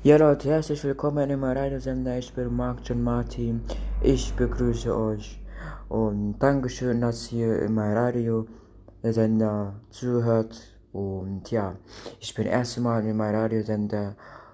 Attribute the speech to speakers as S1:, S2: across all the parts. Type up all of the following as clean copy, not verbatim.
S1: Ja Leute, herzlich willkommen im Radiosender. Ich bin Marc John Martin. Ich begrüße euch und Dankeschön, dass ihr in meinem Radiosender zuhört. Und ja, ich bin erste Mal in meinem Radiosender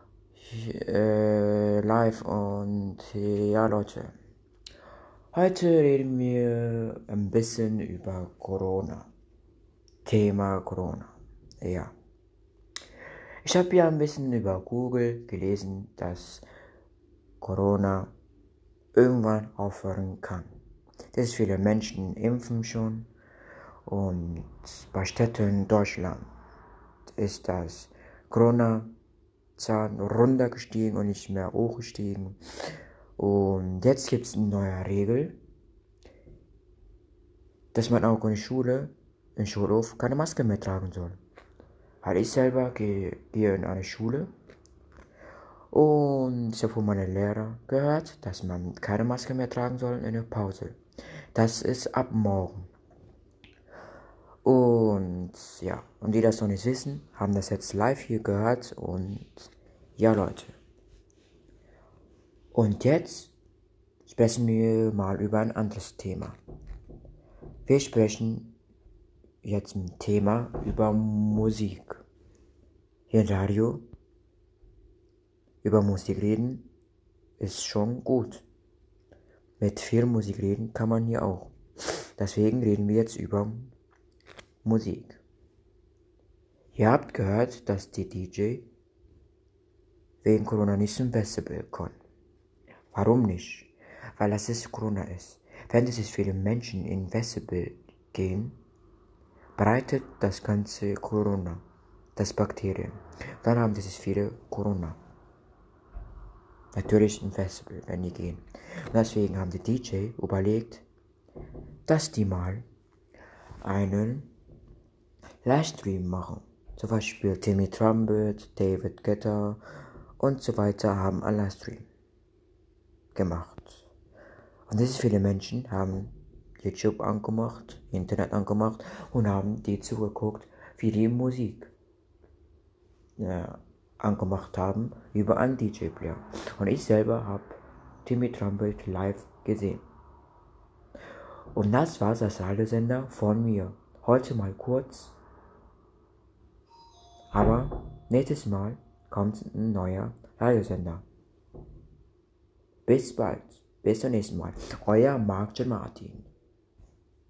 S1: live und ja Leute, heute reden wir ein bisschen über Corona. Thema Corona. Ja. Ich habe ja ein bisschen über Google gelesen, dass Corona irgendwann aufhören kann. Dass viele Menschen impfen schon und bei Städten in Deutschland ist das Corona-Zahl runtergestiegen und nicht mehr hochgestiegen. Und jetzt gibt es eine neue Regel, dass man auch in der Schule, im Schulhof keine Maske mehr tragen soll. Weil ich selber gehe in eine Schule und ich habe von meinem Lehrer gehört, dass man keine Maske mehr tragen soll in der Pause. Das ist ab morgen. Und ja, und die das noch nicht wissen, haben das jetzt live hier gehört und ja Leute. Und jetzt sprechen wir mal über ein anderes Thema. Wir sprechen jetzt ein Thema über Musik. Hier im Radio über Musik reden ist schon gut. Mit viel Musik reden kann man hier auch. Deswegen reden wir jetzt über Musik. Ihr habt gehört, dass die DJ wegen Corona nicht zum Festival können. Warum nicht? Weil das ist Corona ist. Wenn es viele Menschen in Festival gehen, breitet das ganze Corona, das Bakterien. Dann haben das viele Corona. Natürlich im Festival, wenn die gehen. Und deswegen haben die DJ überlegt, dass die mal einen Livestream machen. Zum Beispiel Timmy Trumpet, David Guetta und so weiter haben einen Livestream gemacht. Und diese viele Menschen haben YouTube angemacht, Internet angemacht und haben die zugeguckt, wie die Musik angemacht haben über einen DJ-Player. Und ich selber habe Timmy Trumpet live gesehen. Und das war das Radiosender von mir. Heute mal kurz. Aber nächstes Mal kommt ein neuer Radiosender. Bis bald. Bis zum nächsten Mal. Euer Marc John Martin.